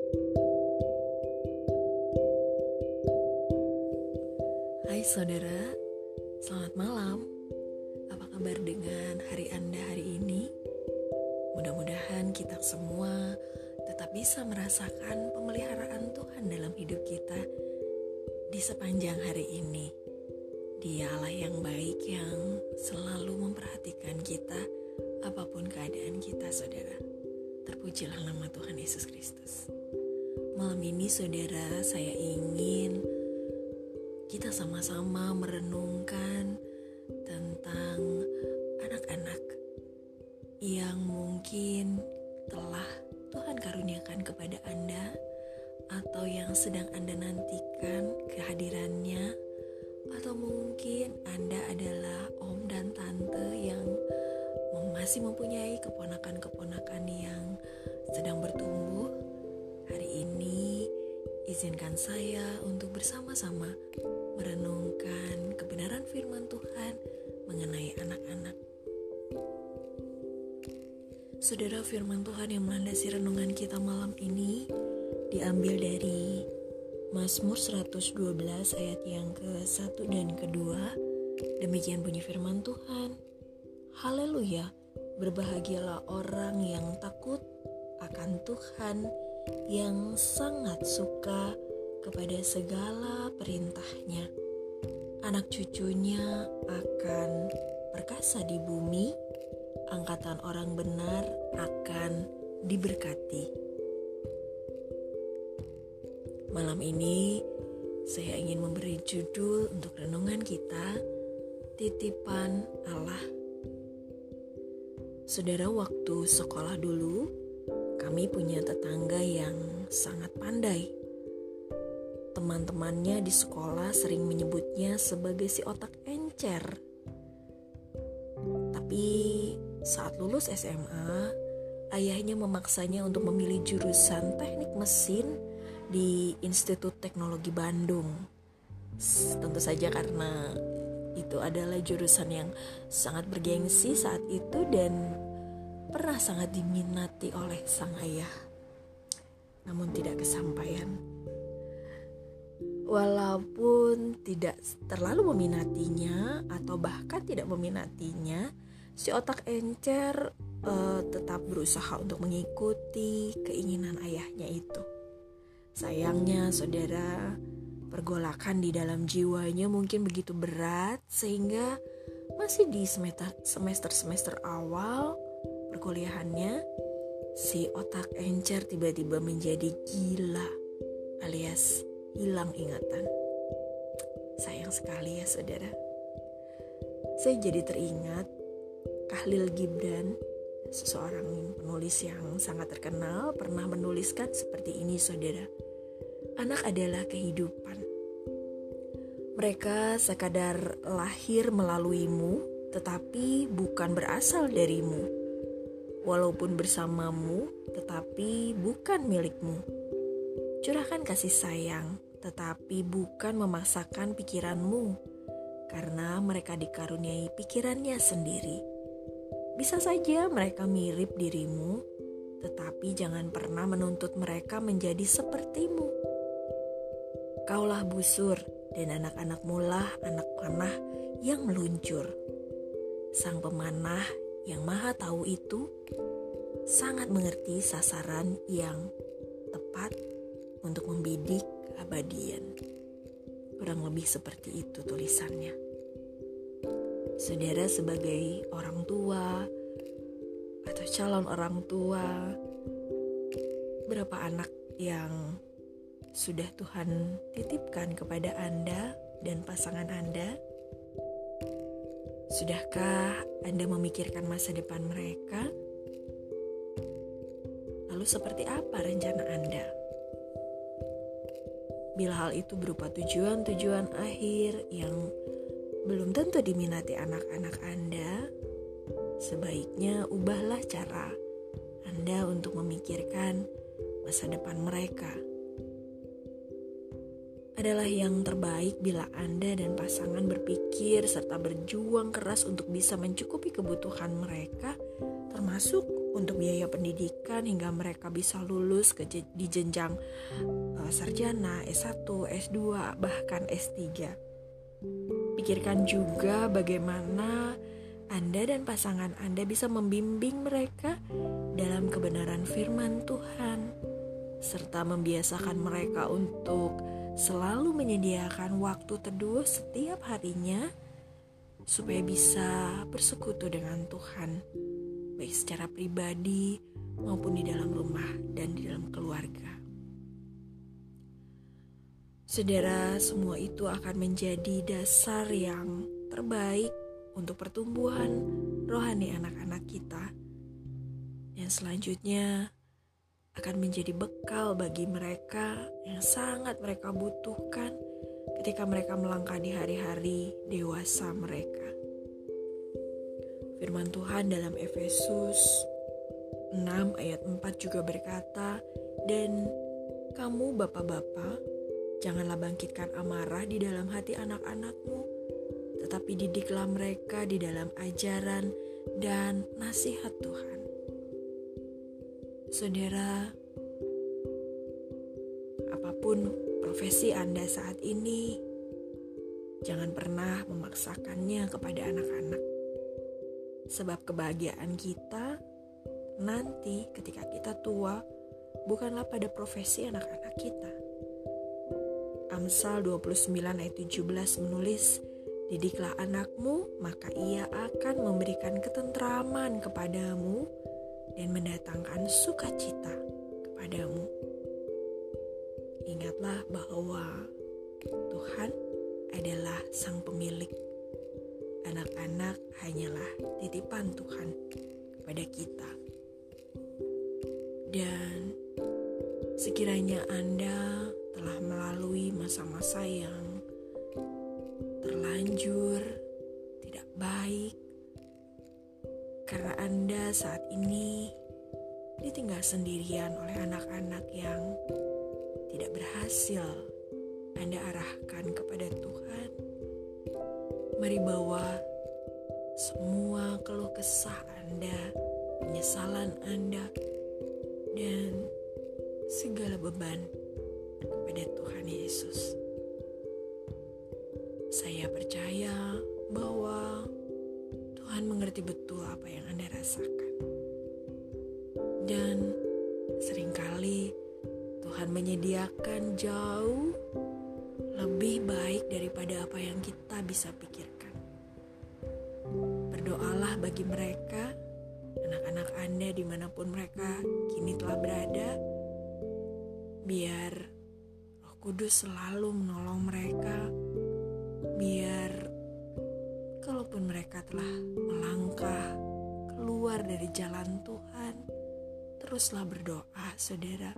Hai saudara, selamat malam. Apa kabar dengan hari Anda hari ini? Mudah-mudahan kita semua tetap bisa merasakan pemeliharaan Tuhan dalam hidup kita di sepanjang hari ini. Dia Allah yang baik yang selalu memperhatikan kita apapun keadaan kita, saudara. Terpujilah nama Tuhan Yesus Kristus. Malam ini saudara, saya ingin kita sama-sama merenungkan tentang anak-anak yang mungkin telah Tuhan karuniakan kepada Anda atau yang sedang Anda nantikan kehadirannya, atau mungkin Anda adalah om dan tante yang masih mempunyai keponakan-keponakan yang sedang bertumbuh. Hari ini izinkan saya untuk bersama-sama merenungkan kebenaran firman Tuhan mengenai anak-anak. Saudara, firman Tuhan yang melandasi renungan kita malam ini diambil dari Mazmur 112 ayat yang ke-1 dan ke-2. Demikian bunyi firman Tuhan. Haleluya, berbahagialah orang yang takut akan Tuhan, yang sangat suka kepada segala perintahnya. Anak cucunya akan perkasa di bumi, angkatan orang benar akan diberkati. Malam ini saya ingin memberi judul untuk renungan kita, Titipan Allah. Saudara, waktu sekolah dulu, kami punya tetangga yang sangat pandai. Teman-temannya di sekolah sering menyebutnya sebagai si otak encer. Tapi saat lulus SMA, ayahnya memaksanya untuk memilih jurusan teknik mesin di Institut Teknologi Bandung. Tentu saja karena itu adalah jurusan yang sangat bergengsi saat itu dan pernah sangat diminati oleh sang ayah. Namun tidak kesampaian. Walaupun tidak terlalu meminatinya atau bahkan tidak meminatinya, si otak encer tetap berusaha untuk mengikuti keinginan ayahnya itu. Sayangnya saudara, pergolakan di dalam jiwanya mungkin begitu berat sehingga masih di semester awal perkuliahannya, si otak encer tiba-tiba menjadi gila alias hilang ingatan. Sayang sekali ya saudara. Saya jadi teringat Khalil Gibran, seseorang penulis yang sangat terkenal, pernah menuliskan seperti ini saudara. Anak adalah kehidupan. Mereka sekadar lahir melaluimu, tetapi bukan berasal darimu. Walaupun bersamamu, tetapi bukan milikmu. Curahkan kasih sayang, tetapi bukan memaksakan pikiranmu, karena mereka dikaruniai pikirannya sendiri. Bisa saja mereka mirip dirimu, tetapi jangan pernah menuntut mereka menjadi sepertimu. Kaulah busur, dan anak-anakmu lah anak panah yang meluncur. Sang pemanah yang maha tahu itu sangat mengerti sasaran yang tepat untuk membidik keabadian. Kurang lebih seperti itu tulisannya. Saudara, sebagai orang tua atau calon orang tua, berapa anak yang sudah Tuhan titipkan kepada Anda dan pasangan Anda? Sudahkah Anda memikirkan masa depan mereka? Lalu seperti apa rencana Anda? Bila hal itu berupa tujuan-tujuan akhir yang belum tentu diminati anak-anak Anda, sebaiknya ubahlah cara Anda untuk memikirkan masa depan mereka. Adalah yang terbaik bila Anda dan pasangan berpikir serta berjuang keras untuk bisa mencukupi kebutuhan mereka, termasuk untuk biaya pendidikan hingga mereka bisa lulus di jenjang sarjana, S1, S2, bahkan S3. Pikirkan juga bagaimana Anda dan pasangan Anda bisa membimbing mereka dalam kebenaran firman Tuhan, serta membiasakan mereka untuk selalu menyediakan waktu teduh setiap harinya supaya bisa bersekutu dengan Tuhan, baik secara pribadi maupun di dalam rumah dan di dalam keluarga. Saudara, semua itu akan menjadi dasar yang terbaik untuk pertumbuhan rohani anak-anak kita, yang selanjutnya akan menjadi bekal bagi mereka yang sangat mereka butuhkan ketika mereka melangkah di hari-hari dewasa mereka. Firman Tuhan dalam Efesus 6 ayat 4 juga berkata, "Dan kamu bapak-bapak, janganlah bangkitkan amarah di dalam hati anak-anakmu, tetapi didiklah mereka di dalam ajaran dan nasihat Tuhan." Saudara, apapun profesi Anda saat ini, jangan pernah memaksakannya kepada anak-anak. Sebab kebahagiaan kita nanti ketika kita tua bukanlah pada profesi anak-anak kita. Amsal 29 ayat 17 menulis, "Didiklah anakmu, maka ia akan memberikan ketentraman kepadamu dan mendatangkan sukacita kepadamu." Ingatlah bahwa Tuhan adalah sang pemilik. Anak-anak hanyalah titipan Tuhan kepada kita. Dan sekiranya Anda telah melalui masa-masa yang terlanjur tidak baik, karena Anda saat ini ditinggal sendirian oleh anak-anak yang tidak berhasil Anda arahkan kepada Tuhan, mari bawa semua keluh kesah Anda, penyesalan Anda, dan segala beban kepada Tuhan Yesus. Saya percaya bahwa Tuhan mengerti betul apa yang Anda rasakan. Dan seringkali Tuhan menyediakan jauh lebih baik daripada apa yang kita bisa pikirkan. Berdoalah bagi mereka, anak-anak Anda dimanapun mereka kini telah berada, biar Roh Kudus selalu menolong mereka, biar kalaupun mereka telah melangkah keluar dari jalan Tuhan, teruslah berdoa, saudara.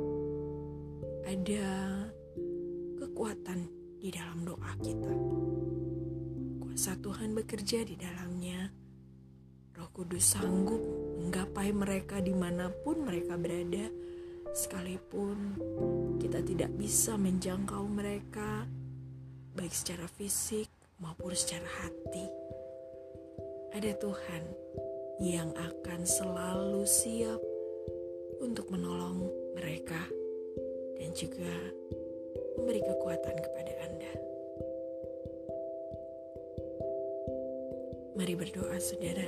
Ada kekuatan di dalam doa kita. Kuasa Tuhan bekerja di dalamnya. Roh Kudus sanggup menggapai mereka dimanapun mereka berada, sekalipun kita tidak bisa menjangkau mereka, baik secara fisik maupun secara hati. Ada Tuhan yang akan selalu siap untuk menolong mereka dan juga memberi kekuatan kepada Anda. Mari berdoa, saudara.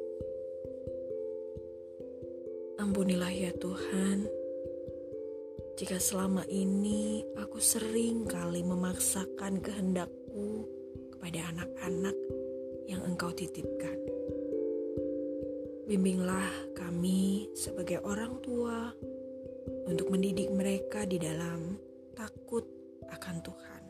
Ampunilah ya Tuhan, jika selama ini aku sering kali memaksakan kehendakku kepada anak-anak yang Engkau titipkan. Bimbinglah kami sebagai orang tua untuk mendidik mereka di dalam takut akan Tuhan.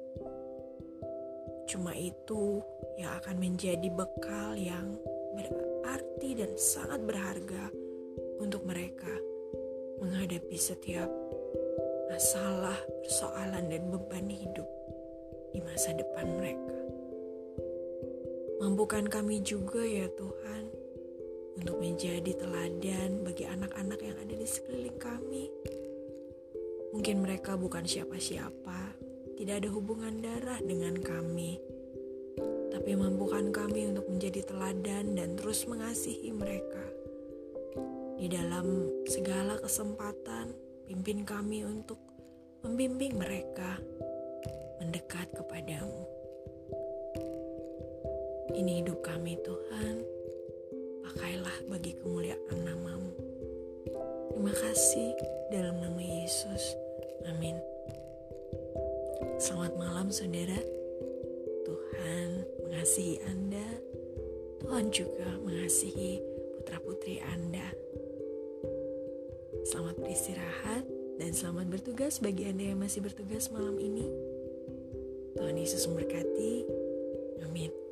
Cuma itu yang akan menjadi bekal yang berarti dan sangat berharga untuk mereka menghadapi setiap masalah, persoalan, dan beban hidup di masa depan mereka. Mampukan kami juga ya Tuhan untuk menjadi teladan bagi anak-anak yang ada di sekeliling kami. Mungkin mereka bukan siapa-siapa, tidak ada hubungan darah dengan kami, tapi mampukan kami untuk menjadi teladan dan terus mengasihi mereka. Di dalam segala kesempatan, pimpin kami untuk membimbing mereka mendekat kepadamu. Ini hidup kami Tuhan, pakailah bagi kemuliaan nama-Mu. Terima kasih dalam nama Yesus. Amin. Selamat malam saudara. Tuhan mengasihi Anda. Tuhan juga mengasihi putra-putri Anda. Selamat beristirahat dan selamat bertugas bagi Anda yang masih bertugas malam ini. Tuhan Yesus memberkati. Amin.